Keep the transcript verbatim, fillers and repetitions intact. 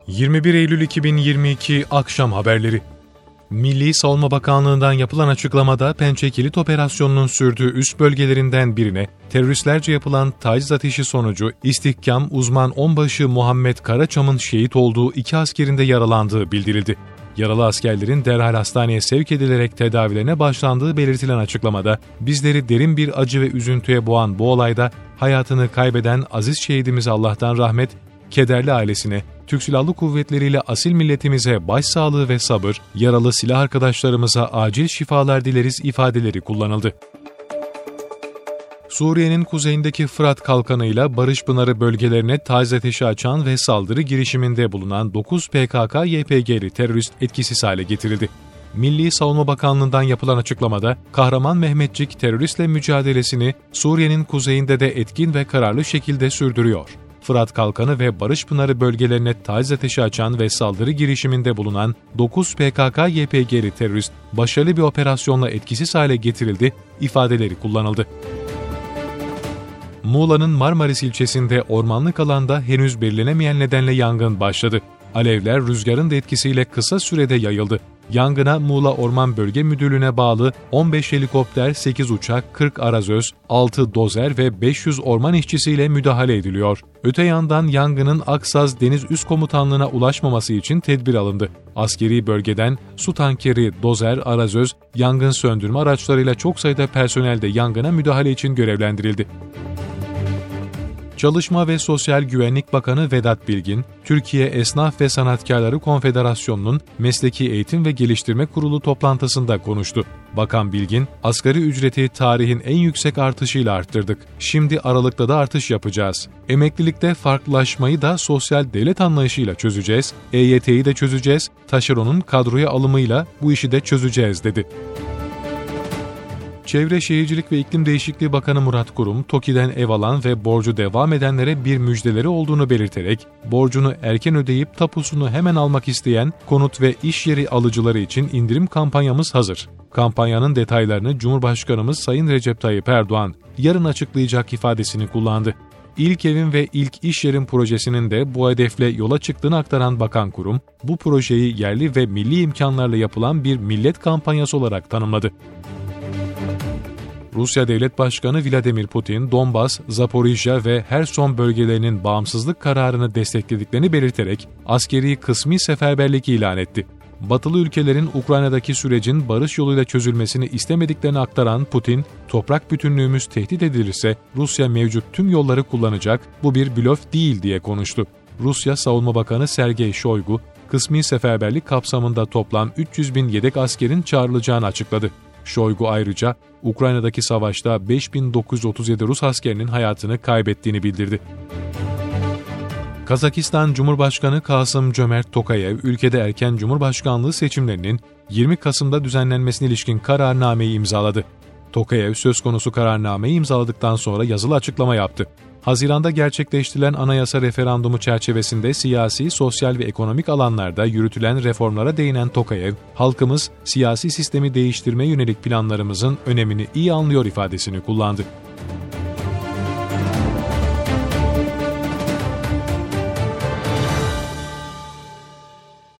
yirmi bir Eylül iki bin yirmi iki Akşam Haberleri. Milli Savunma Bakanlığı'ndan yapılan açıklamada Pençe Kilit Operasyonu'nun sürdüğü üst bölgelerinden birine teröristlerce yapılan taciz ateşi sonucu İstihkam Uzman Onbaşı Muhammed Karaçam'ın şehit olduğu iki askerin de yaralandığı bildirildi. Yaralı askerlerin derhal hastaneye sevk edilerek tedavilerine başlandığı belirtilen açıklamada, bizleri derin bir acı ve üzüntüye boğan bu olayda hayatını kaybeden aziz şehidimize Allah'tan rahmet, kederli ailesine, Türk Silahlı Kuvvetleri ile asil milletimize başsağlığı ve sabır, yaralı silah arkadaşlarımıza acil şifalar dileriz ifadeleri kullanıldı. Suriye'nin kuzeyindeki Fırat Kalkanı'yla Barış Pınarı bölgelerine taciz ateşi açan ve saldırı girişiminde bulunan dokuz P K K Y P G'li terörist etkisiz hale getirildi. Milli Savunma Bakanlığı'ndan yapılan açıklamada, Kahraman Mehmetçik teröristle mücadelesini Suriye'nin kuzeyinde de etkin ve kararlı şekilde sürdürüyor. Fırat Kalkanı ve Barış Pınarı bölgelerine taciz ateşi açan ve saldırı girişiminde bulunan dokuz P K K Y P G'li terörist başarılı bir operasyonla etkisiz hale getirildi ifadeleri kullanıldı. Muğla'nın Marmaris ilçesinde ormanlık alanda henüz belirlenemeyen nedenle yangın başladı. Alevler rüzgarın da etkisiyle kısa sürede yayıldı. Yangına Muğla Orman Bölge Müdürlüğü'ne bağlı on beş helikopter, sekiz uçak, kırk arazöz, altı dozer ve beş yüz orman işçisiyle müdahale ediliyor. Öte yandan yangının Aksaz Deniz Üst Komutanlığı'na ulaşmaması için tedbir alındı. Askeri bölgeden su tankeri, dozer, arazöz, yangın söndürme araçlarıyla çok sayıda personel de yangına müdahale için görevlendirildi. Çalışma ve Sosyal Güvenlik Bakanı Vedat Bilgin, Türkiye Esnaf ve Sanatkarları Konfederasyonu'nun Mesleki Eğitim ve Geliştirme Kurulu toplantısında konuştu. Bakan Bilgin, asgari ücreti tarihin en yüksek artışıyla arttırdık. Şimdi Aralık'ta da artış yapacağız. Emeklilikte farklılaşmayı da sosyal devlet anlayışıyla çözeceğiz. E Y T'yi de çözeceğiz. Taşeronun kadroya alımıyla bu işi de çözeceğiz dedi. Çevre Şehircilik ve İklim Değişikliği Bakanı Murat Kurum, TOKİ'den ev alan ve borcu devam edenlere bir müjdeleri olduğunu belirterek, borcunu erken ödeyip tapusunu hemen almak isteyen konut ve iş yeri alıcıları için indirim kampanyamız hazır. Kampanyanın detaylarını Cumhurbaşkanımız Sayın Recep Tayyip Erdoğan yarın açıklayacak ifadesini kullandı. İlk evin ve ilk iş yerin projesinin de bu hedefle yola çıktığını aktaran Bakan Kurum, bu projeyi yerli ve milli imkanlarla yapılan bir millet kampanyası olarak tanımladı. Rusya Devlet Başkanı Vladimir Putin, Donbas, Zaporijya ve Herson bölgelerinin bağımsızlık kararını desteklediklerini belirterek askeri kısmi seferberlik ilan etti. Batılı ülkelerin Ukrayna'daki sürecin barış yoluyla çözülmesini istemediklerini aktaran Putin, toprak bütünlüğümüz tehdit edilirse Rusya mevcut tüm yolları kullanacak, bu bir blöf değil diye konuştu. Rusya Savunma Bakanı Sergey Shoigu, kısmi seferberlik kapsamında toplam üç yüz bin yedek askerin çağrılacağını açıkladı. Shoigu ayrıca Ukrayna'daki savaşta beş bin dokuz yüz otuz yedi Rus askerinin hayatını kaybettiğini bildirdi. Kazakistan Cumhurbaşkanı Kasım-Cömert Tokayev, ülkede erken cumhurbaşkanlığı seçimlerinin yirmi Kasım'da düzenlenmesine ilişkin kararnameyi imzaladı. Tokayev söz konusu kararnameyi imzaladıktan sonra yazılı açıklama yaptı. Haziran'da gerçekleştirilen anayasa referandumu çerçevesinde siyasi, sosyal ve ekonomik alanlarda yürütülen reformlara değinen Tokayev, halkımız siyasi sistemi değiştirmeye yönelik planlarımızın önemini iyi anlıyor ifadesini kullandı.